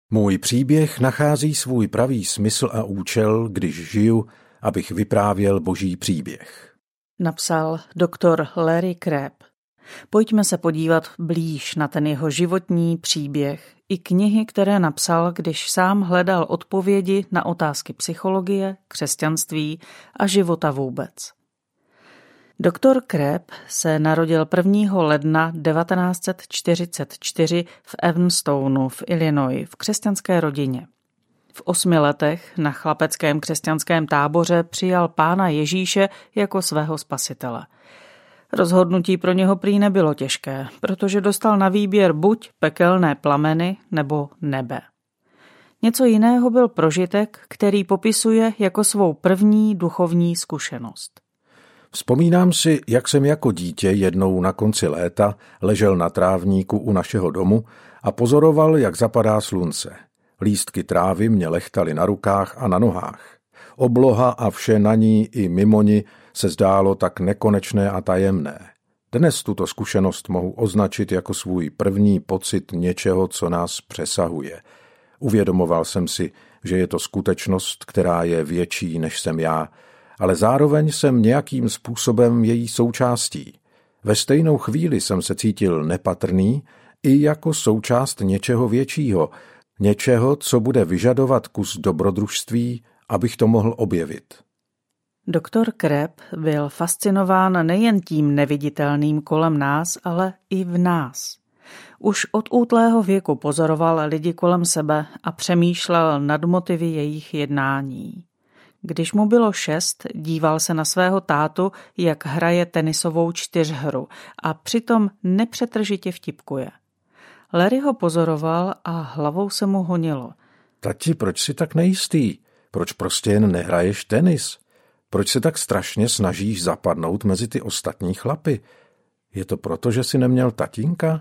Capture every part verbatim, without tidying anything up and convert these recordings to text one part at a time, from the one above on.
Můj příběh nachází svůj pravý smysl a účel, když žiju, abych vyprávěl boží příběh. Napsal doktor Larry Crabb. Pojďme se podívat blíž na ten jeho životní příběh i knihy, které napsal, když sám hledal odpovědi na otázky psychologie, křesťanství a života vůbec. Doktor Crabb se narodil prvního ledna devatenáct set čtyřicet čtyři v Evenstoneu v Illinois v křesťanské rodině. V osmi letech na chlapeckém křesťanském táboře přijal Pána Ježíše jako svého spasitele. Rozhodnutí pro něho prý nebylo těžké, protože dostal na výběr buď pekelné plameny nebo nebe. Něco jiného byl prožitek, který popisuje jako svou první duchovní zkušenost. Vzpomínám si, jak jsem jako dítě jednou na konci léta ležel na trávníku u našeho domu a pozoroval, jak zapadá slunce. Lístky trávy mě lechtaly na rukách a na nohách. Obloha a vše na ní i mimo ní se zdálo tak nekonečné a tajemné. Dnes tuto zkušenost mohu označit jako svůj první pocit něčeho, co nás přesahuje. Uvědomoval jsem si, že je to skutečnost, která je větší, než jsem já, ale zároveň jsem nějakým způsobem její součástí. Ve stejnou chvíli jsem se cítil nepatrný i jako součást něčeho většího, něčeho, co bude vyžadovat kus dobrodružství, abych to mohl objevit. Doktor Crabb byl fascinován nejen tím neviditelným kolem nás, ale i v nás. Už od útlého věku pozoroval lidi kolem sebe a přemýšlel nad motivy jejich jednání. Když mu bylo šest, díval se na svého tátu, jak hraje tenisovou čtyřhru a přitom nepřetržitě vtipkuje. Larry ho pozoroval a hlavou se mu honilo. Tati, proč jsi tak nejistý? Proč prostě jen nehraješ tenis? Proč se tak strašně snažíš zapadnout mezi ty ostatní chlapy? Je to proto, že jsi neměl tatínka?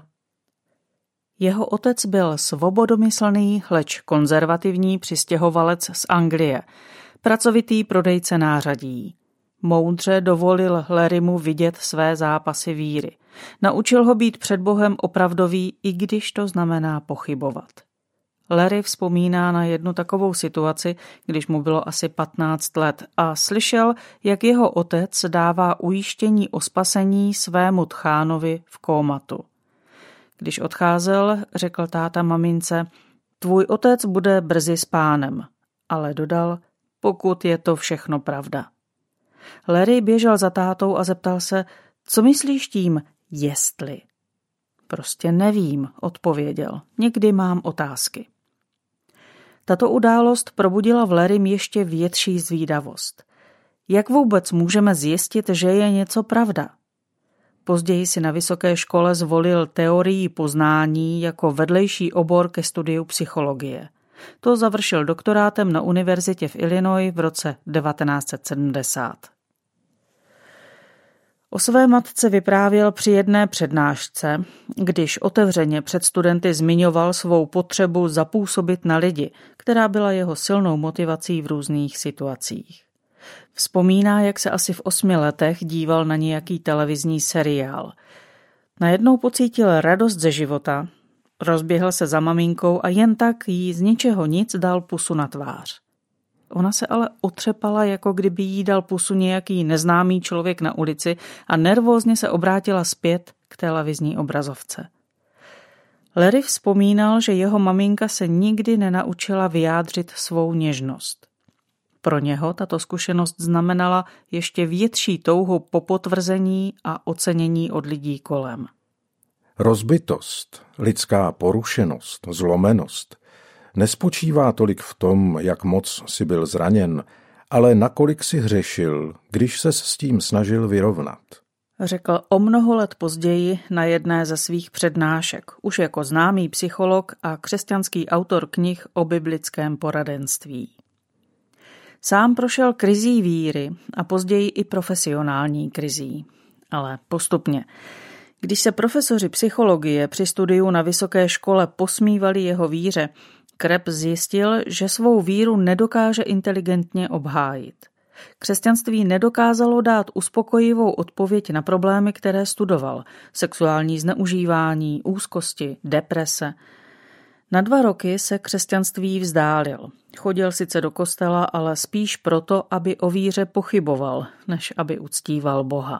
Jeho otec byl svobodomyslný, leč konzervativní přistěhovalec z Anglie, pracovitý prodejce nářadí. Moudře dovolil Larrymu vidět své zápasy víry. Naučil ho být před Bohem opravdový, i když to znamená pochybovat. Larry vzpomíná na jednu takovou situaci, když mu bylo asi patnáct let a slyšel, jak jeho otec dává ujištění o spasení svému tchánovi v kómatu. Když odcházel, řekl táta mamince, tvůj otec bude brzy s Pánem, ale dodal, pokud je to všechno pravda. Larry běžel za tátou a zeptal se, co myslíš tím, jestli? Prostě nevím, odpověděl. Někdy mám otázky. Tato událost probudila v Larrym ještě větší zvídavost. Jak vůbec můžeme zjistit, že je něco pravda? Později si na vysoké škole zvolil teorii poznání jako vedlejší obor ke studiu psychologie. To završil doktorátem na univerzitě v Illinois v roce devatenáct set sedmdesát. O své matce vyprávěl při jedné přednášce, když otevřeně před studenty zmiňoval svou potřebu zapůsobit na lidi, která byla jeho silnou motivací v různých situacích. Vzpomíná, jak se asi v osmi letech díval na nějaký televizní seriál. Najednou pocítil radost ze života, rozběhl se za maminkou a jen tak jí z ničeho nic dal pusu na tvář. Ona se ale otřepala, jako kdyby jí dal pusu nějaký neznámý člověk na ulici a nervózně se obrátila zpět k televizní obrazovce. Larry vzpomínal, že jeho maminka se nikdy nenaučila vyjádřit svou něžnost. Pro něho tato zkušenost znamenala ještě větší touhu po potvrzení a ocenění od lidí kolem. Rozbitost, lidská porušenost, zlomenost nespočívá tolik v tom, jak moc si byl zraněn, ale nakolik si hřešil, když ses s tím snažil vyrovnat. Řekl o mnoho let později na jedné ze svých přednášek, už jako známý psycholog a křesťanský autor knih o biblickém poradenství. Sám prošel krizí víry a později i profesionální krizí, ale postupně. Když se profesoři psychologie při studiu na vysoké škole posmívali jeho víře, Crabb zjistil, že svou víru nedokáže inteligentně obhájit. Křesťanství nedokázalo dát uspokojivou odpověď na problémy, které studoval. Sexuální zneužívání, úzkosti, deprese. Na dva roky se křesťanství vzdálil. Chodil sice do kostela, ale spíš proto, aby o víře pochyboval, než aby uctíval Boha.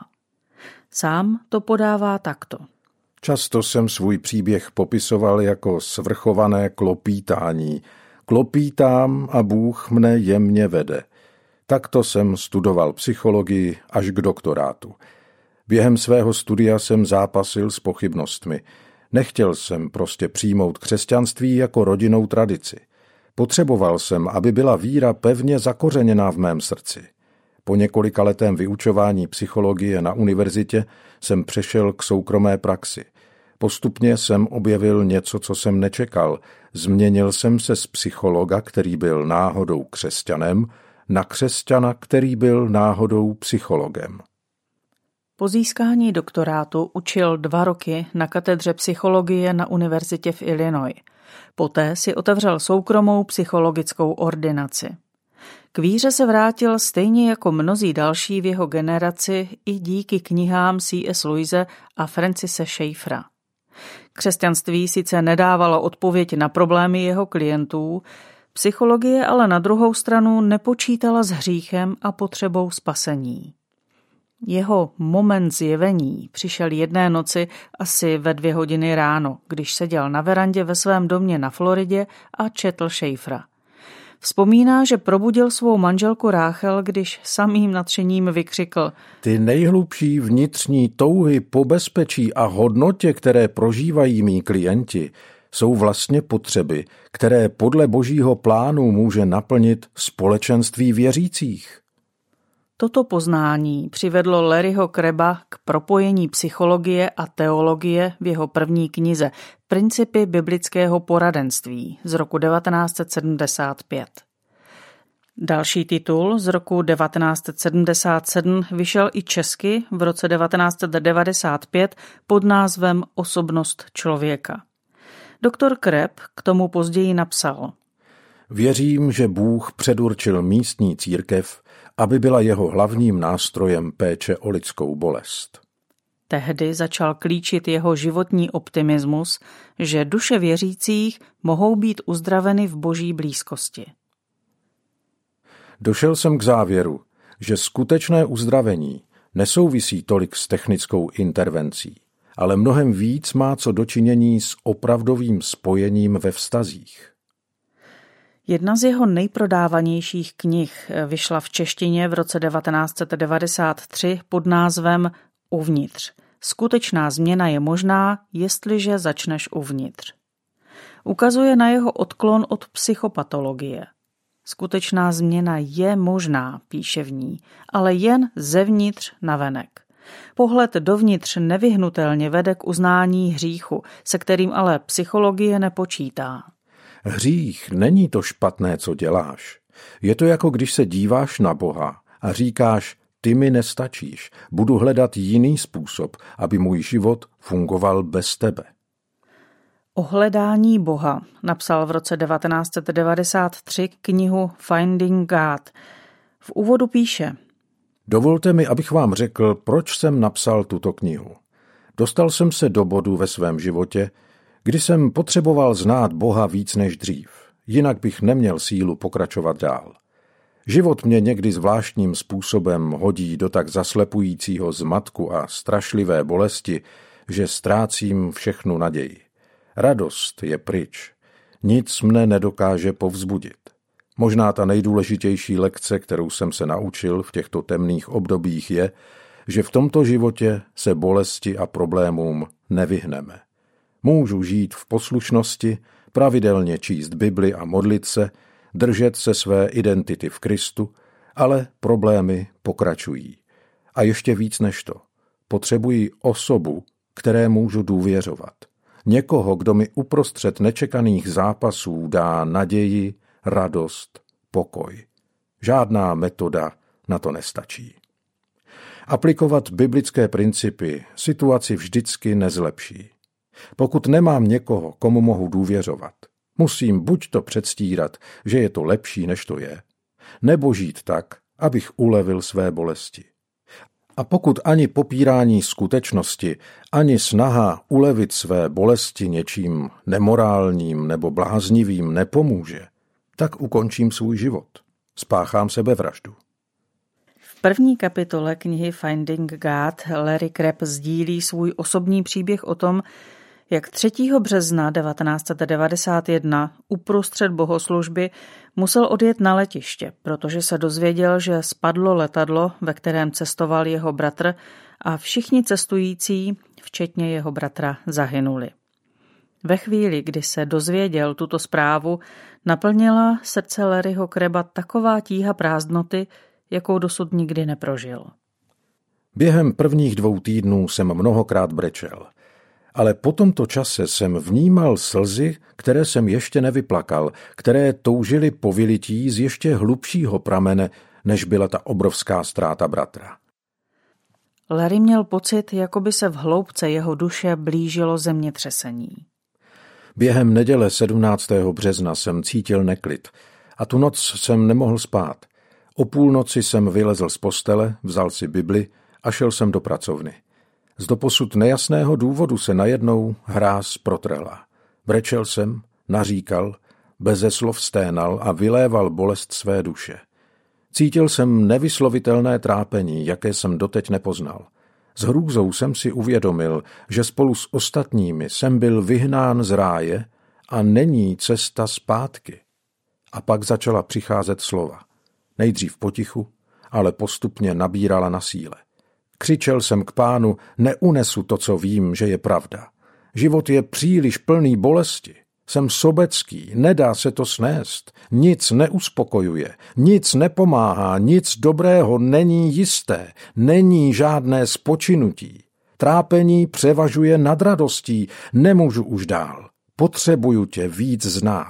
Sám to podává takto. Často jsem svůj příběh popisoval jako svrchované klopítání. Klopítám a Bůh mne jemně vede. Takto jsem studoval psychologii až k doktorátu. Během svého studia jsem zápasil s pochybnostmi. Nechtěl jsem prostě přijmout křesťanství jako rodinnou tradici. Potřeboval jsem, aby byla víra pevně zakořeněná v mém srdci. Po několika letém vyučování psychologie na univerzitě jsem přešel k soukromé praxi. Postupně jsem objevil něco, co jsem nečekal. Změnil jsem se z psychologa, který byl náhodou křesťanem, na křesťana, který byl náhodou psychologem. Po získání doktorátu učil dva roky na katedře psychologie na univerzitě v Illinois. Poté si otevřel soukromou psychologickou ordinaci. K víře se vrátil stejně jako mnozí další v jeho generaci i díky knihám C S Lewise a Francise Schaeffera. Křesťanství sice nedávalo odpověď na problémy jeho klientů, psychologie ale na druhou stranu nepočítala s hříchem a potřebou spasení. Jeho moment zjevení přišel jedné noci asi ve dvě hodiny ráno, když seděl na verandě ve svém domě na Floridě a četl Schaeffera. Vzpomíná, že probudil svou manželku Ráchel, když samým nadšením vykřikl: Ty nejhlubší vnitřní touhy po bezpečí a hodnotě, které prožívají mí klienti, jsou vlastně potřeby, které podle Božího plánu může naplnit společenství věřících. Toto poznání přivedlo Larryho Kreba k propojení psychologie a teologie v jeho první knize Principy biblického poradenství z roku devatenáct set sedmdesát pět. Další titul z roku devatenáct set sedmdesát sedm vyšel i česky v roce devatenáct set devadesát pět pod názvem Osobnost člověka. Doktor Kreb k tomu později napsal: Věřím, že Bůh předurčil místní církev, aby byla jeho hlavním nástrojem péče o lidskou bolest. Tehdy začal klíčit jeho životní optimismus, že duše věřících mohou být uzdraveny v Boží blízkosti. Došel jsem k závěru, že skutečné uzdravení nesouvisí tolik s technickou intervencí, ale mnohem víc má co dočinění s opravdovým spojením ve vztazích. Jedna z jeho nejprodávanějších knih vyšla v češtině v roce devatenáct set devadesát tři pod názvem Uvnitř. Skutečná změna je možná, jestliže začneš uvnitř. Ukazuje na jeho odklon od psychopatologie. Skutečná změna je možná, píše v ní, ale jen zevnitř navenek. Pohled dovnitř nevyhnutelně vede k uznání hříchu, se kterým ale psychologie nepočítá. Hřích není to špatné, co děláš. Je to jako když se díváš na Boha a říkáš, ty mi nestačíš, budu hledat jiný způsob, aby můj život fungoval bez tebe. O hledání Boha napsal v roce devatenáct set devadesát tři knihu Finding God. V úvodu píše: Dovolte mi, abych vám řekl, proč jsem napsal tuto knihu. Dostal jsem se do bodu ve svém životě, kdy jsem potřeboval znát Boha víc než dřív, jinak bych neměl sílu pokračovat dál. Život mě někdy zvláštním způsobem hodí do tak zaslepujícího zmatku a strašlivé bolesti, že ztrácím všechnu naději. Radost je pryč. Nic mne nedokáže povzbudit. Možná ta nejdůležitější lekce, kterou jsem se naučil v těchto temných obdobích, je, že v tomto životě se bolesti a problémům nevyhneme. Můžu žít v poslušnosti, pravidelně číst Bibli a modlit se, držet se své identity v Kristu, ale problémy pokračují. A ještě víc než to. Potřebuji osobu, které můžu důvěřovat. Někoho, kdo mi uprostřed nečekaných zápasů dá naději, radost, pokoj. Žádná metoda na to nestačí. Aplikovat biblické principy situaci vždycky nezlepší. Pokud nemám někoho, komu mohu důvěřovat, musím buď to předstírat, že je to lepší, než to je, nebo žít tak, abych ulevil své bolesti. A pokud ani popírání skutečnosti, ani snaha ulevit své bolesti něčím nemorálním nebo bláznivým nepomůže, tak ukončím svůj život. Spáchám sebevraždu. V první kapitole knihy Finding God Larry Crabb sdílí svůj osobní příběh o tom, jak třetího března devatenáct set devadesát jedna uprostřed bohoslužby musel odjet na letiště, protože se dozvěděl, že spadlo letadlo, ve kterém cestoval jeho bratr, a všichni cestující, včetně jeho bratra, zahynuli. Ve chvíli, kdy se dozvěděl tuto zprávu, naplnila srdce Larryho Crabba taková tíha prázdnoty, jakou dosud nikdy neprožil. Během prvních dvou týdnů jsem mnohokrát brečel. Ale po tomto čase jsem vnímal slzy, které jsem ještě nevyplakal, které toužily po vylití z ještě hlubšího pramene, než byla ta obrovská ztráta bratra. Larry měl pocit, jako by se v hloubce jeho duše blížilo zemětřesení. Během neděle sedmnáctého března jsem cítil neklid a tu noc jsem nemohl spát. O půlnoci jsem vylezl z postele, vzal si Bibli a šel jsem do pracovny. Z doposud nejasného důvodu se najednou hráz protrhla. Brečel jsem, naříkal, beze slov sténal a vyléval bolest své duše. Cítil jsem nevyslovitelné trápení, jaké jsem doteď nepoznal. S hrůzou jsem si uvědomil, že spolu s ostatními jsem byl vyhnán z ráje a není cesta zpátky. A pak začala přicházet slova. Nejdřív potichu, ale postupně nabírala na síle. Křičel jsem k Pánu, neunesu to, co vím, že je pravda. Život je příliš plný bolesti. Jsem sobecký, nedá se to snést. Nic neuspokojuje, nic nepomáhá, nic dobrého není jisté, není žádné spočinutí. Trápení převažuje nad radostí, nemůžu už dál. Potřebuju tě víc znát.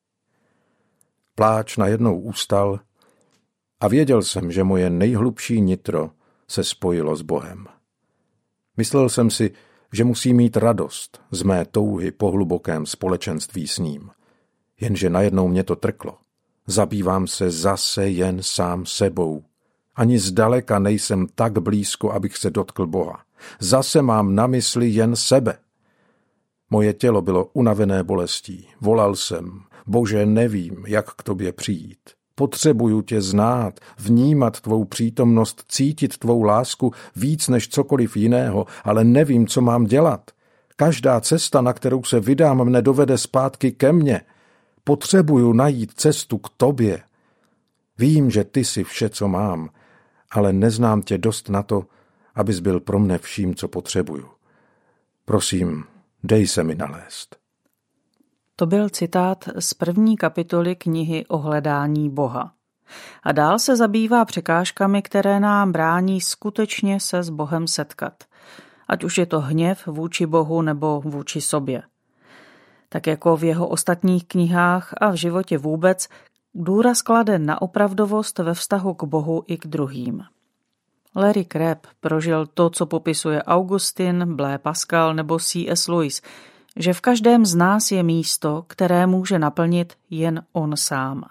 Pláč najednou ustal a věděl jsem, že moje nejhlubší nitro se spojilo s Bohem. Myslel jsem si, že musí mít radost z mé touhy po hlubokém společenství s ním. Jenže najednou mě to trklo. Zabývám se zase jen sám sebou. Ani zdaleka nejsem tak blízko, abych se dotkl Boha. Zase mám na mysli jen sebe. Moje tělo bylo unavené bolestí. Volal jsem, Bože, nevím, jak k tobě přijít. Potřebuju tě znát, vnímat tvou přítomnost, cítit tvou lásku víc než cokoliv jiného, ale nevím, co mám dělat. Každá cesta, na kterou se vydám, mne dovede zpátky ke mně. Potřebuju najít cestu k tobě. Vím, že ty jsi vše, co mám, ale neznám tě dost na to, abys byl pro mne vším, co potřebuju. Prosím, dej se mi nalézt. To byl citát z první kapitoly knihy o hledání Boha. A dál se zabývá překážkami, které nám brání skutečně se s Bohem setkat. Ať už je to hněv vůči Bohu nebo vůči sobě. Tak jako v jeho ostatních knihách a v životě vůbec, důraz klade na opravdovost ve vztahu k Bohu i k druhým. Larry Crabb prožil to, co popisuje Augustin, Blaise Pascal nebo C S Lewis, že v každém z nás je místo, které může naplnit jen on sám.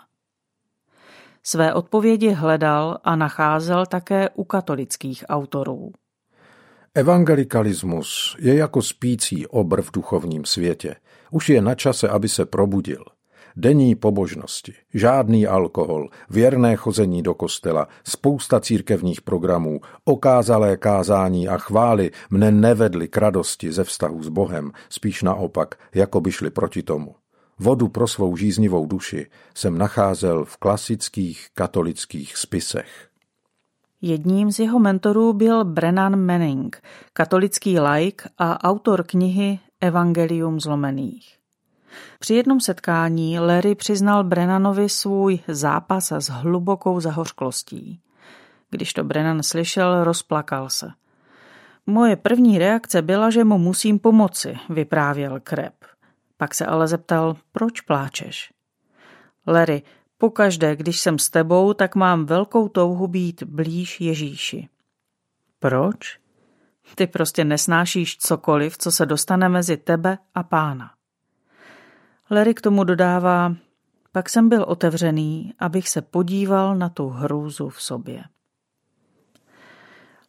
Své odpovědi hledal a nacházel také u katolických autorů. Evangelikalismus je jako spící obr v duchovním světě. Už je na čase, aby se probudil. Denní pobožnosti, žádný alkohol, věrné chození do kostela, spousta církevních programů, okázalé kázání a chvály mne nevedly k radosti ze vztahu s Bohem, spíš naopak, jako by šli proti tomu. Vodu pro svou žíznivou duši jsem nacházel v klasických katolických spisech. Jedním z jeho mentorů byl Brennan Manning, katolický laik a autor knihy Evangelium zlomených. Při jednom setkání Larry přiznal Brennanovi svůj zápas s hlubokou zahořklostí. Když to Brennan slyšel, rozplakal se. Moje první reakce byla, že mu musím pomoci, vyprávěl Crabb. Pak se ale zeptal, proč pláčeš? Larry, pokaždé, když jsem s tebou, tak mám velkou touhu být blíž Ježíši. Proč? Ty prostě nesnášíš cokoliv, co se dostane mezi tebe a Pána. Larry k tomu dodává, pak jsem byl otevřený, abych se podíval na tu hrůzu v sobě.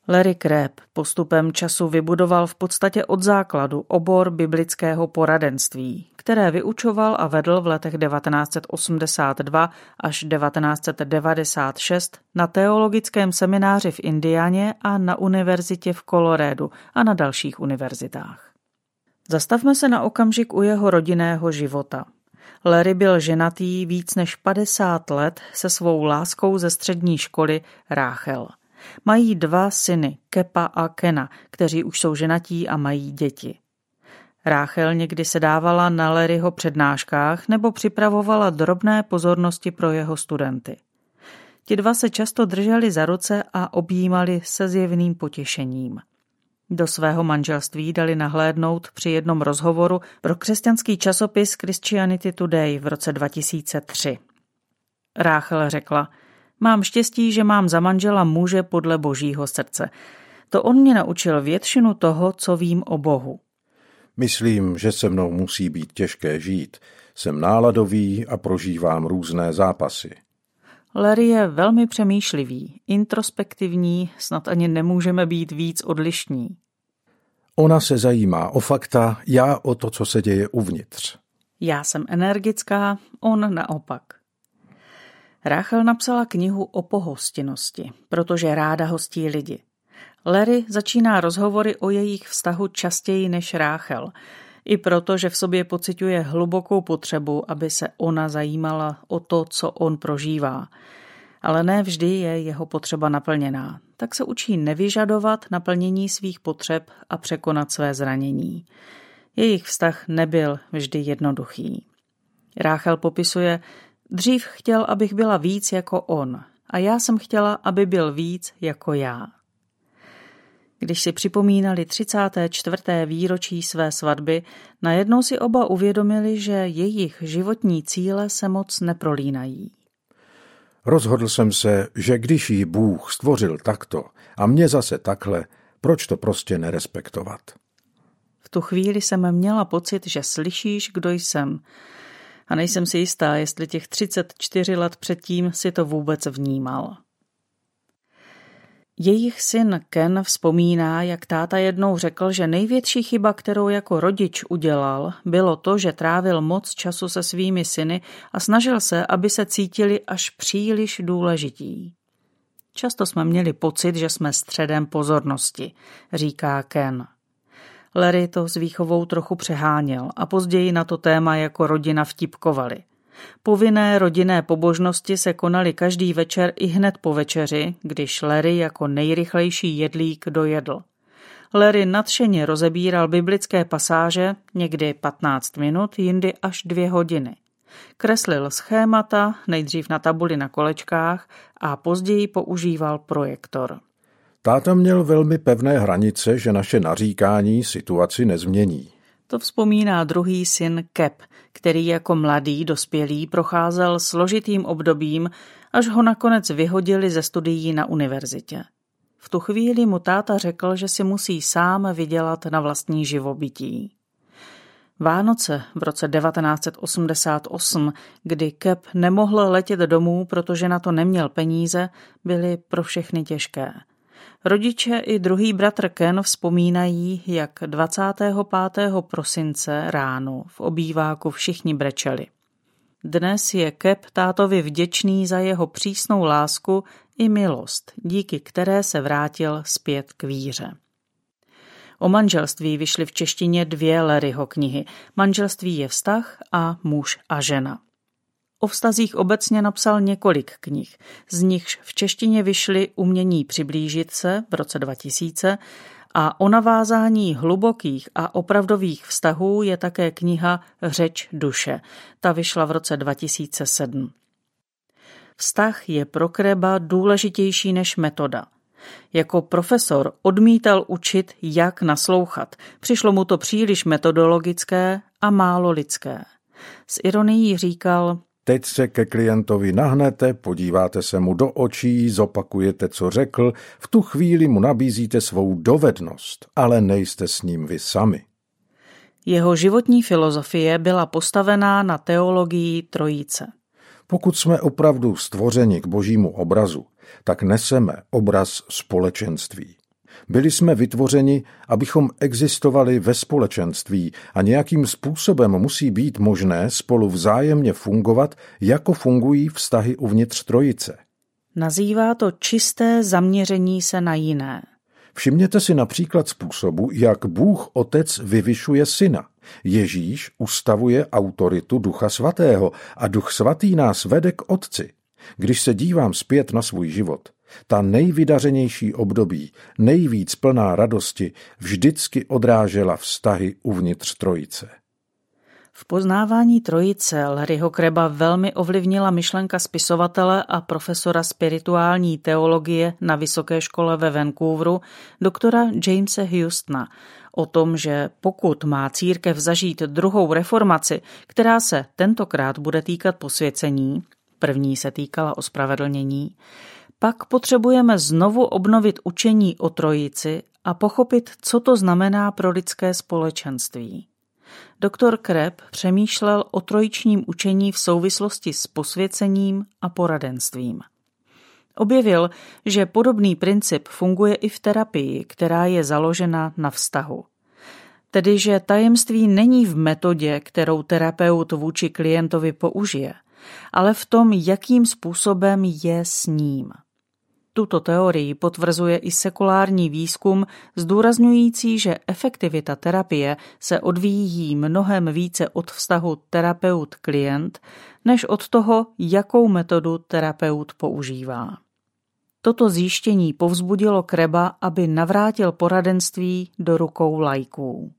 Larry Crabb postupem času vybudoval v podstatě od základu obor biblického poradenství, které vyučoval a vedl v letech devatenáct set osmdesát dva až devatenáct set devadesát šest na teologickém semináři v Indianě a na univerzitě v Coloradu a na dalších univerzitách. Zastavme se na okamžik u jeho rodinného života. Larry byl ženatý víc než padesát let se svou láskou ze střední školy Rachel. Mají dva syny, Kepa a Kena, kteří už jsou ženatí a mají děti. Rachel někdy sedávala na Larryho přednáškách nebo připravovala drobné pozornosti pro jeho studenty. Ti dva se často drželi za ruce a objímali se zjevným potěšením. Do svého manželství dali nahlédnout při jednom rozhovoru pro křesťanský časopis Christianity Today v roce dva tisíce tři. Rachel řekla: Mám štěstí, že mám za manžela muže podle Božího srdce. To on mě naučil většinu toho, co vím o Bohu. Myslím, že se mnou musí být těžké žít. Jsem náladový a prožívám různé zápasy. Larry je velmi přemýšlivý, introspektivní, snad ani nemůžeme být víc odlišní. Ona se zajímá o fakta, já o to, co se děje uvnitř. Já jsem energická, on naopak. Rachel napsala knihu o pohostinnosti, protože ráda hostí lidi. Larry začíná rozhovory o jejich vztahu častěji než Rachel, i proto, že v sobě pociťuje hlubokou potřebu, aby se ona zajímala o to, co on prožívá. Ale ne vždy je jeho potřeba naplněná, tak se učí nevyžadovat naplnění svých potřeb a překonat své zranění. Jejich vztah nebyl vždy jednoduchý. Rachel popisuje: Dřív chtěl, abych byla víc jako on, a já jsem chtěla, aby byl víc jako já. Když si připomínali třicáté čtvrté výročí své svatby, najednou si oba uvědomili, že jejich životní cíle se moc neprolínají. Rozhodl jsem se, že když jí Bůh stvořil takto a mě zase takhle, proč to prostě nerespektovat? V tu chvíli jsem měla pocit, že slyšíš, kdo jsem. A nejsem si jistá, jestli těch třicet čtyři let předtím si to vůbec vnímal. Jejich syn Ken vzpomíná, jak táta jednou řekl, že největší chyba, kterou jako rodič udělal, bylo to, že trávil moc času se svými syny a snažil se, aby se cítili až příliš důležití. Často jsme měli pocit, že jsme středem pozornosti, říká Ken. Larry to s výchovou trochu přeháněl a později na to téma jako rodina vtipkovali. Povinné rodinné pobožnosti se konaly každý večer i hned po večeři, když Larry jako nejrychlejší jedlík dojedl. Larry nadšeně rozebíral biblické pasáže, někdy patnáct minut, jindy až dvě hodiny. Kreslil schémata, nejdřív na tabuli na kolečkách a později používal projektor. Táta měl velmi pevné hranice, že naše naříkání situaci nezmění. To vzpomíná druhý syn Cap, který jako mladý dospělý procházel složitým obdobím, až ho nakonec vyhodili ze studií na univerzitě. V tu chvíli mu táta řekl, že si musí sám vydělat na vlastní živobytí. Vánoce v roce devatenáct set osmdesát osm, kdy Cap nemohl letět domů, protože na to neměl peníze, byly pro všechny těžké. Rodiče i druhý bratr Ken vzpomínají, jak dvacátého pátého prosince ráno v obýváku všichni brečeli. Dnes je Cap tátovi vděčný za jeho přísnou lásku i milost, díky které se vrátil zpět k víře. O manželství vyšly v češtině dvě Larryho knihy. Manželství je vztah a muž a žena. O vztazích obecně napsal několik knih, z nichž v češtině vyšly Umění přiblížit se v roce dva tisíce a o navázání hlubokých a opravdových vztahů je také kniha Řeč duše. Ta vyšla v roce dva tisíce sedm. Vztah je pro Crabba důležitější než metoda. Jako profesor odmítal učit, jak naslouchat. Přišlo mu to příliš metodologické a málo lidské. S ironií říkal: Teď se ke klientovi nahnete, podíváte se mu do očí, zopakujete, co řekl, v tu chvíli mu nabízíte svou dovednost, ale nejste s ním vy sami. Jeho životní filozofie byla postavená na teologii trojice. Pokud jsme opravdu stvořeni k božímu obrazu, tak neseme obraz společenství. Byli jsme vytvořeni, abychom existovali ve společenství a nějakým způsobem musí být možné spolu vzájemně fungovat, jako fungují vztahy uvnitř trojice. Nazývá to čisté zaměření se na jiné. Všimněte si například způsobu, jak Bůh Otec vyvyšuje Syna. Ježíš ustavuje autoritu Ducha Svatého a Duch Svatý nás vede k Otci. Když se dívám zpět na svůj život, ta nejvydařenější období, nejvíc plná radosti, vždycky odrážela vztahy uvnitř trojice. V poznávání trojice Larryho Crebba velmi ovlivnila myšlenka spisovatele a profesora spirituální teologie na vysoké škole ve Vancouveru, doktora Jamese Houstona, o tom, že pokud má církev zažít druhou reformaci, která se tentokrát bude týkat posvěcení, první se týkala ospravedlnění, pak potřebujeme znovu obnovit učení o trojici a pochopit, co to znamená pro lidské společenství. Doktor Crebb přemýšlel o trojičním učení v souvislosti s posvěcením a poradenstvím. Objevil, že podobný princip funguje i v terapii, která je založena na vztahu. Tedy, že tajemství není v metodě, kterou terapeut vůči klientovi použije, ale v tom, jakým způsobem je s ním. Tuto teorii potvrzuje i sekulární výzkum, zdůrazňující, že efektivita terapie se odvíjí mnohem více od vztahu terapeut-klient, než od toho, jakou metodu terapeut používá. Toto zjištění povzbudilo Crebba, aby navrátil poradenství do rukou laiků.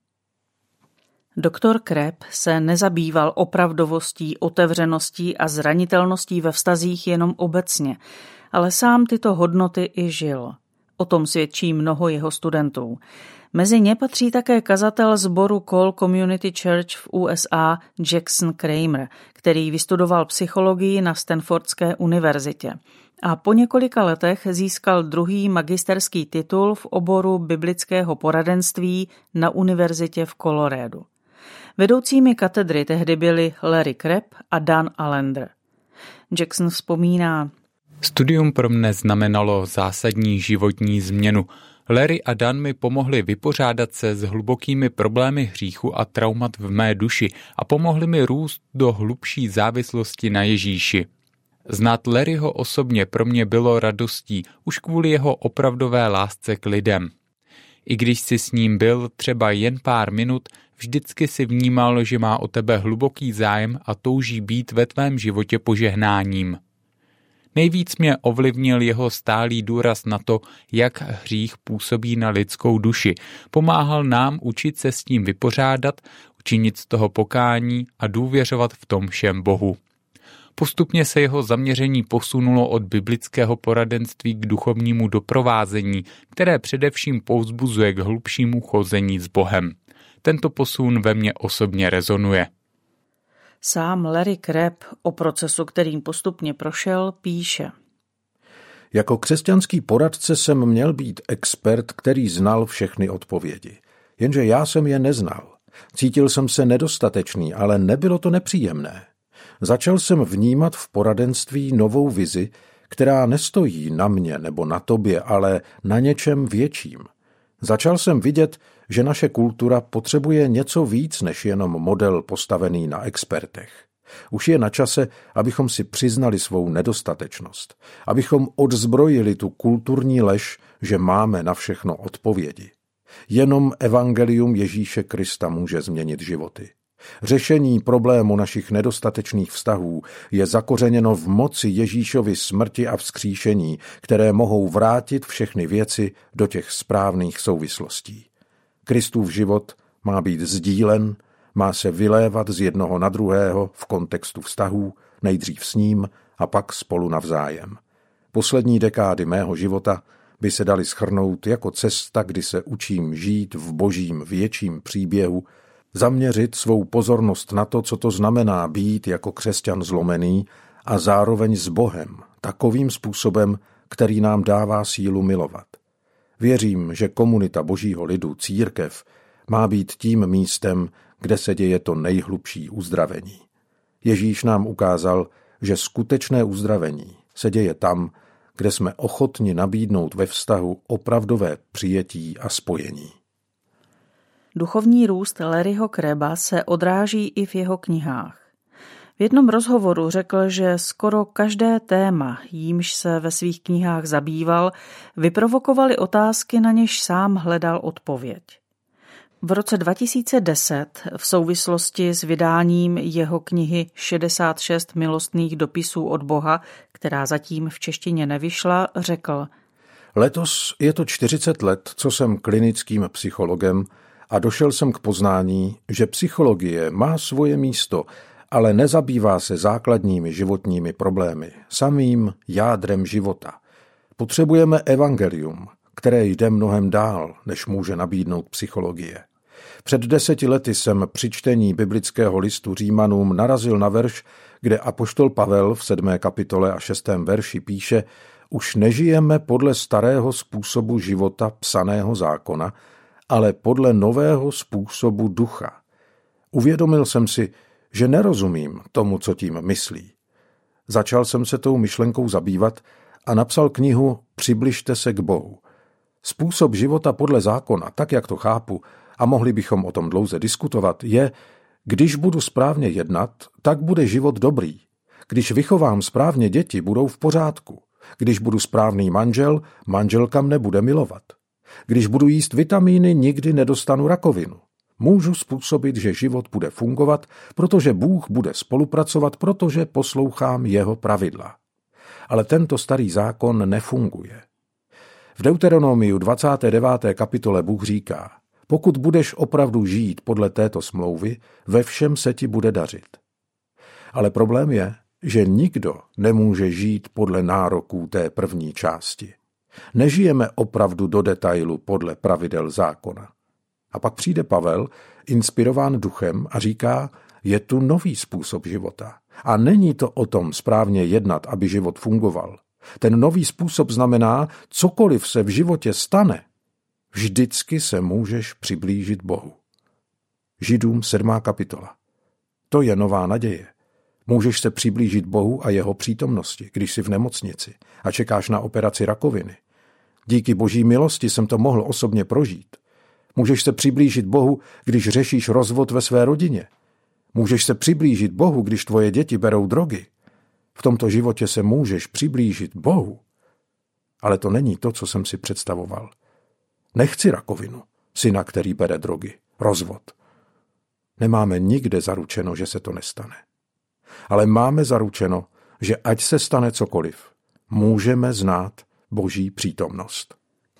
Doktor Crebb se nezabýval opravdovostí, otevřeností a zranitelností ve vztazích jenom obecně, ale sám tyto hodnoty i žil. O tom svědčí mnoho jeho studentů. Mezi ně patří také kazatel sboru Call Community Church v U S A Jackson Kramer, který vystudoval psychologii na Stanfordské univerzitě a po několika letech získal druhý magisterský titul v oboru biblického poradenství na univerzitě v Coloradu. Vedoucími katedry tehdy byli Larry Crabb a Dan Allender. Jackson vzpomíná: Studium pro mne znamenalo zásadní životní změnu. Larry a Dan mi pomohli vypořádat se s hlubokými problémy hříchu a traumat v mé duši a pomohli mi růst do hlubší závislosti na Ježíši. Znát Larryho osobně pro mě bylo radostí už kvůli jeho opravdové lásce k lidem. I když si s ním byl třeba jen pár minut, vždycky si vnímal, že má o tebe hluboký zájem a touží být ve tvém životě požehnáním. Nejvíc mě ovlivnil jeho stálý důraz na to, jak hřích působí na lidskou duši. Pomáhal nám učit se s tím vypořádat, učinit z toho pokání a důvěřovat v tom všem Bohu. Postupně se jeho zaměření posunulo od biblického poradenství k duchovnímu doprovázení, které především povzbuzuje k hlubšímu chození s Bohem. Tento posun ve mně osobně rezonuje. Sám Larry Crabb o procesu, kterým postupně prošel, píše: Jako křesťanský poradce jsem měl být expert, který znal všechny odpovědi. Jenže já jsem je neznal. Cítil jsem se nedostatečný, ale nebylo to nepříjemné. Začal jsem vnímat v poradenství novou vizi, která nestojí na mě nebo na tobě, ale na něčem větším. Začal jsem vidět, že naše kultura potřebuje něco víc než jenom model postavený na expertech. Už je na čase, abychom si přiznali svou nedostatečnost, abychom odzbrojili tu kulturní lež, že máme na všechno odpovědi. Jenom evangelium Ježíše Krista může změnit životy. Řešení problému našich nedostatečných vztahů je zakořeněno v moci Ježíšovy smrti a vzkříšení, které mohou vrátit všechny věci do těch správných souvislostí. Kristův život má být sdílen, má se vylévat z jednoho na druhého v kontextu vztahů, nejdřív s ním a pak spolu navzájem. Poslední dekády mého života by se daly shrnout jako cesta, kdy se učím žít v božím větším příběhu, zaměřit svou pozornost na to, co to znamená být jako křesťan zlomený a zároveň s Bohem, takovým způsobem, který nám dává sílu milovat. Věřím, že komunita božího lidu, církev, má být tím místem, kde se děje to nejhlubší uzdravení. Ježíš nám ukázal, že skutečné uzdravení se děje tam, kde jsme ochotni nabídnout ve vztahu opravdové přijetí a spojení. Duchovní růst Larryho Crabbea se odráží i v jeho knihách. V jednom rozhovoru řekl, že skoro každé téma, jímž se ve svých knihách zabýval, vyprovokovaly otázky, na něž sám hledal odpověď. V roce dva tisíce deset v souvislosti s vydáním jeho knihy šedesát šest milostných dopisů od Boha, která zatím v češtině nevyšla, řekl: Letos je to čtyřicet let, co jsem klinickým psychologem a došel jsem k poznání, že psychologie má svoje místo, ale nezabývá se základními životními problémy, samým jádrem života. Potřebujeme evangelium, které jde mnohem dál, než může nabídnout psychologie. Před deseti lety jsem při čtení biblického listu Římanům narazil na verš, kde apoštol Pavel v sedmé kapitole a šestém verši píše: Už nežijeme podle starého způsobu života psaného zákona, ale podle nového způsobu ducha. Uvědomil jsem si, že nerozumím tomu, co tím myslí. Začal jsem se tou myšlenkou zabývat a napsal knihu Přibližte se k Bohu. Způsob života podle zákona, tak jak to chápu, a mohli bychom o tom dlouze diskutovat, je, když budu správně jednat, tak bude život dobrý. Když vychovám správně děti, budou v pořádku. Když budu správný manžel, manželka mne bude milovat. Když budu jíst vitamíny, nikdy nedostanu rakovinu. Můžu způsobit, že život bude fungovat, protože Bůh bude spolupracovat, protože poslouchám jeho pravidla. Ale tento starý zákon nefunguje. V Deuteronomiu dvacáté deváté kapitole Bůh říká: Pokud budeš opravdu žít podle této smlouvy, ve všem se ti bude dařit. Ale problém je, že nikdo nemůže žít podle nároků té první části. Nežijeme opravdu do detailu podle pravidel zákona. A pak přijde Pavel, inspirován duchem, a říká: je tu nový způsob života. A není to o tom správně jednat, aby život fungoval. Ten nový způsob znamená, cokoliv se v životě stane, vždycky se můžeš přiblížit Bohu. Židům sedmá kapitola. To je nová naděje. Můžeš se přiblížit Bohu a jeho přítomnosti, když jsi v nemocnici a čekáš na operaci rakoviny. Díky boží milosti jsem to mohl osobně prožít. Můžeš se přiblížit Bohu, když řešíš rozvod ve své rodině. Můžeš se přiblížit Bohu, když tvoje děti berou drogy. V tomto životě se můžeš přiblížit Bohu. Ale to není to, co jsem si představoval. Nechci rakovinu, syna, který bere drogy, rozvod. Nemáme nikde zaručeno, že se to nestane. Ale máme zaručeno, že ať se stane cokoliv, můžeme znát boží přítomnost.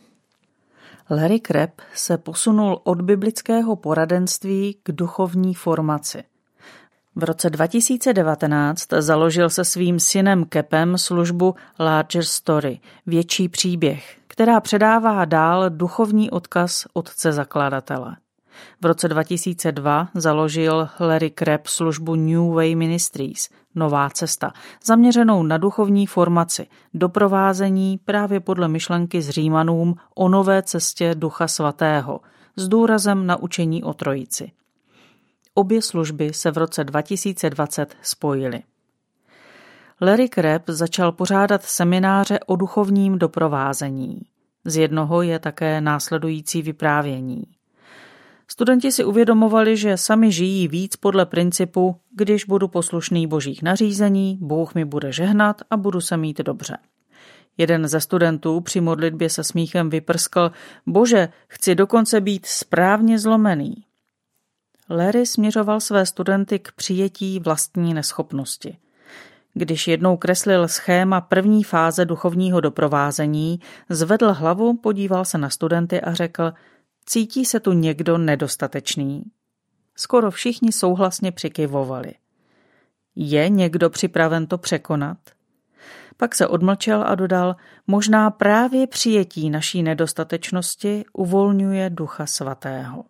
Larry Crabb se posunul od biblického poradenství k duchovní formaci. V roce dva tisíce devatenáct založil se svým synem Capem službu Larger Story, větší příběh, která předává dál duchovní odkaz otce zakladatele. V roce dva tisíce dva založil Larry Crabb službu New Way Ministries, Nová cesta, zaměřenou na duchovní formaci, doprovázení právě podle myšlenky z Římanům o nové cestě Ducha Svatého, s důrazem na učení o Trojici. Obě služby se v roce dva tisíce dvacet spojily. Larry Crabb začal pořádat semináře o duchovním doprovázení. Z jednoho je také následující vyprávění. Studenti si uvědomovali, že sami žijí víc podle principu, když budu poslušný božích nařízení, Bůh mi bude žehnat a budu se mít dobře. Jeden ze studentů při modlitbě se smíchem vyprskl: Bože, chci dokonce být správně zlomený. Larry směřoval své studenty k přijetí vlastní neschopnosti. Když jednou kreslil schéma první fáze duchovního doprovázení, zvedl hlavu, podíval se na studenty a řekl: Cítí se tu někdo nedostatečný? Skoro všichni souhlasně přikyvovali. Je někdo připraven to překonat? Pak se odmlčel a dodal: možná právě přijetí naší nedostatečnosti uvolňuje Ducha Svatého.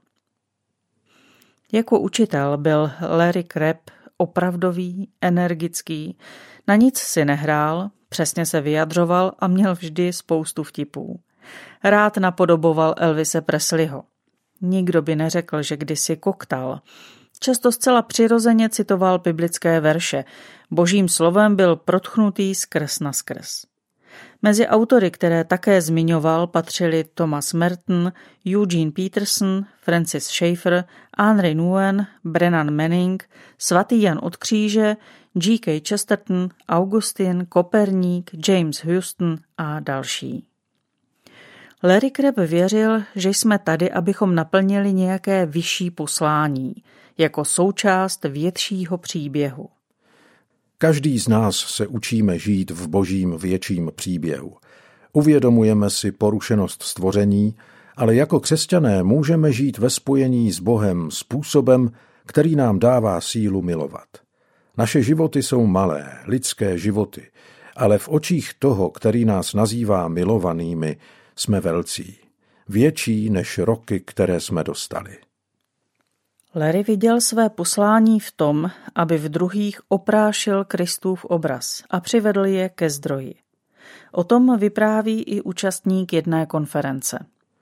Jako učitel byl Larry Crabb opravdový, energický, na nic si nehrál, přesně se vyjadřoval a měl vždy spoustu vtipů. Rád napodoboval Elvise Presleyho. Nikdo by neřekl, že kdysi koktal. Často zcela přirozeně citoval biblické verše. Božím slovem byl protchnutý skrz na skrz. Mezi autory, které také zmiňoval, patřili Thomas Merton, Eugene Peterson, Francis Schaeffer, Henry Nouwen, Brennan Manning, svatý Jan od Kříže, G K Chesterton, Augustin, Koperník, James Houston a další. Larry Crabb věřil, že jsme tady, abychom naplnili nějaké vyšší poslání, jako součást většího příběhu. Každý z nás se učíme žít v božím větším příběhu. Uvědomujeme si porušenost stvoření, ale jako křesťané můžeme žít ve spojení s Bohem způsobem, který nám dává sílu milovat. Naše životy jsou malé, lidské životy, ale v očích toho, který nás nazývá milovanými, jsme velcí, větší než roky, které jsme dostali. Larry viděl své poslání v tom, aby v druhých oprášil Kristův obraz a přivedl je ke zdroji. O tom vypráví i účastník jedné konference.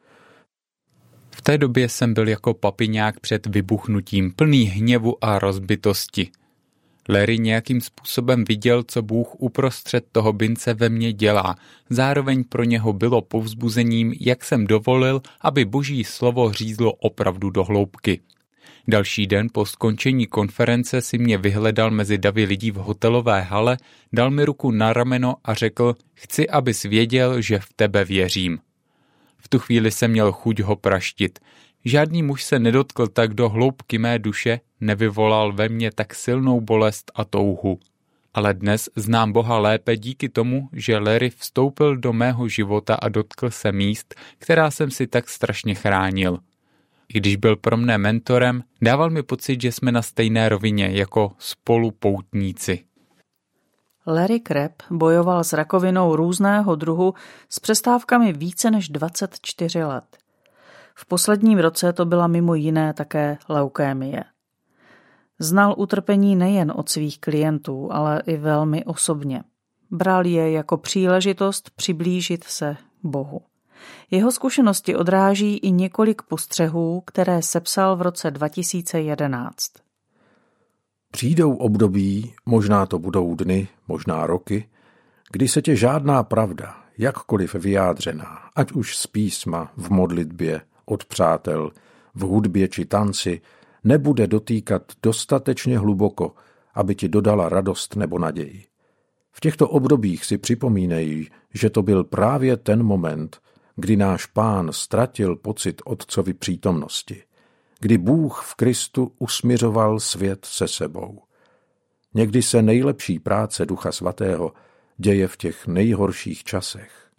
V té době jsem byl jako papiňák před vybuchnutím, plný hněvu a rozbitosti. Larry nějakým způsobem viděl, co Bůh uprostřed toho bince ve mně dělá. Zároveň pro něho bylo povzbuzením, jak jsem dovolil, aby Boží slovo řízlo opravdu do hloubky. Další den po skončení konference si mě vyhledal mezi davy lidí v hotelové hale, dal mi ruku na rameno a řekl, chci, abys věděl, že v tebe věřím. V tu chvíli jsem měl chuť ho praštit. Žádný muž se nedotkl tak do hloubky mé duše, nevyvolal ve mně tak silnou bolest a touhu. Ale dnes znám Boha lépe díky tomu, že Larry vstoupil do mého života a dotkl se míst, která jsem si tak strašně chránil. I když byl pro mne mentorem, dával mi pocit, že jsme na stejné rovině jako spolupoutníci. Larry Crabb bojoval s rakovinou různého druhu s přestávkami více než dvacet čtyři let. V posledním roce to byla mimo jiné také leukémie. Znal utrpení nejen od svých klientů, ale i velmi osobně. Bral je jako příležitost přiblížit se Bohu. Jeho zkušenosti odráží i několik postřehů, které sepsal v roce dva tisíce jedenáct. Přijdou období, možná to budou dny, možná roky, kdy se tě žádná pravda, jakkoliv vyjádřená, ať už z písma, v modlitbě, od přátel, v hudbě či tanci, nebude dotýkat dostatečně hluboko, aby ti dodala radost nebo naději. V těchto obdobích si připomínej, že to byl právě ten moment, kdy náš Pán ztratil pocit Otcovy přítomnosti, kdy Bůh v Kristu usmiřoval svět se sebou. Někdy se nejlepší práce Ducha Svatého děje v těch nejhorších časech.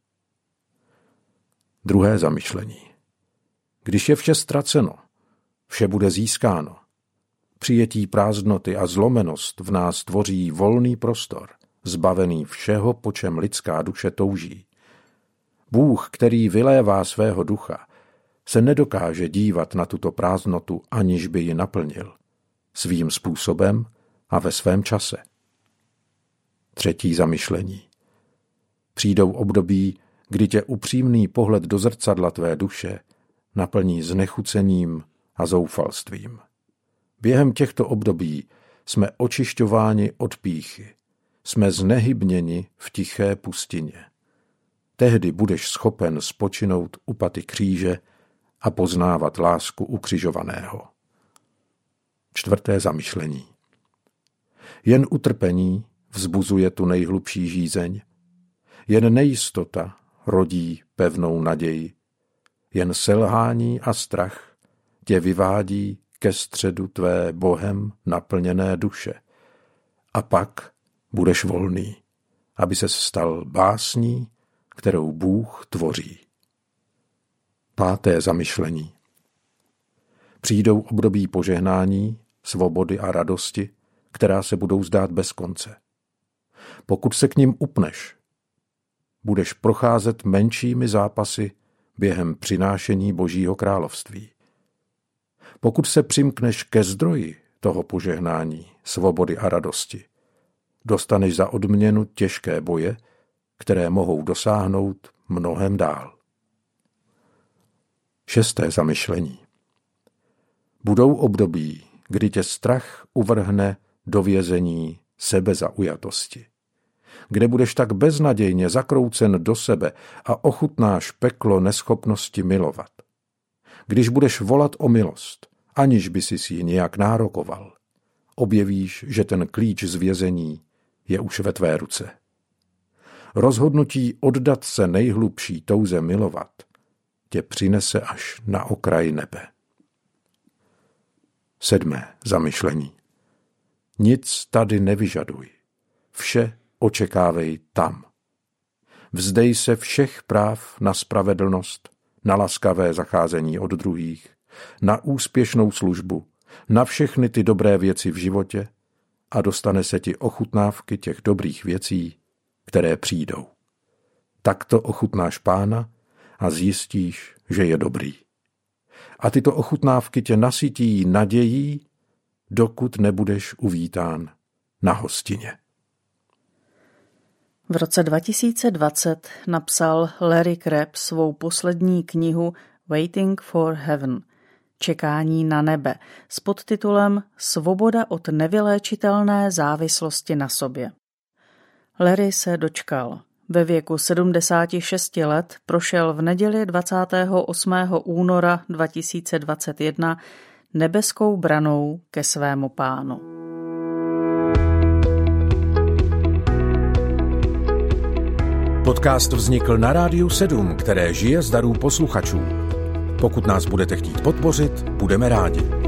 Druhé zamyšlení. Když je vše ztraceno, vše bude získáno. Přijetí prázdnoty a zlomenost v nás tvoří volný prostor, zbavený všeho, po čem lidská duše touží. Bůh, který vylévá svého ducha, se nedokáže dívat na tuto prázdnotu, aniž by ji naplnil. Svým způsobem a ve svém čase. Třetí zamyšlení. Přijdou období, kdy tě upřímný pohled do zrcadla tvé duše naplní znechucením a zoufalstvím. Během těchto období jsme očišťováni od pýchy. Jsme znehybněni v tiché pustině. Tehdy budeš schopen spočinout u paty kříže a poznávat lásku ukřižovaného. Čtvrté zamyšlení. Jen utrpení vzbuzuje tu nejhlubší žízeň. Jen nejistota rodí pevnou naději. Jen selhání a strach tě vyvádí ke středu tvé Bohem naplněné duše. A pak budeš volný, aby ses stal básní, kterou Bůh tvoří. Páté zamyšlení. Přijdou období požehnání, svobody a radosti, která se budou zdát bez konce. Pokud se k nim upneš, budeš procházet menšími zápasy během přinášení Božího království. Pokud se přimkneš ke zdroji toho požehnání, svobody a radosti, dostaneš za odměnu těžké boje, které mohou dosáhnout mnohem dál. Šesté zamyšlení. Budou období, kdy tě strach uvrhne do vězení sebezaujatosti. kde budeš tak beznadějně zakroucen do sebe a ochutnáš peklo neschopnosti milovat. Když budeš volat o milost, aniž by si ji nějak nárokoval, objevíš, že ten klíč z vězení je už ve tvé ruce. Rozhodnutí oddat se nejhlubší touze milovat tě přinese až na okraj nebe. Sedmé zamyšlení. Nic tady nevyžaduj. Vše očekávej tam. Vzdej se všech práv na spravedlnost, na laskavé zacházení od druhých, na úspěšnou službu, na všechny ty dobré věci v životě a dostane se ti ochutnávky těch dobrých věcí, které přijdou. Takto ochutnáš Pána a zjistíš, že je dobrý. A tyto ochutnávky tě nasytí nadějí, dokud nebudeš uvítán na hostině. V roce dva tisíce dvacet napsal Larry Crabb svou poslední knihu Waiting for Heaven, Čekání na nebe, s podtitulem Svoboda od nevyléčitelné závislosti na sobě. Larry se dočkal. Ve věku sedmdesáti šesti let prošel v neděli dvacátého osmého února dva tisíce dvacet jedna nebeskou branou ke svému Pánu. Podcast vznikl na Rádiu sedm, které žije z darů posluchačů. Pokud nás budete chtít podpořit, budeme rádi.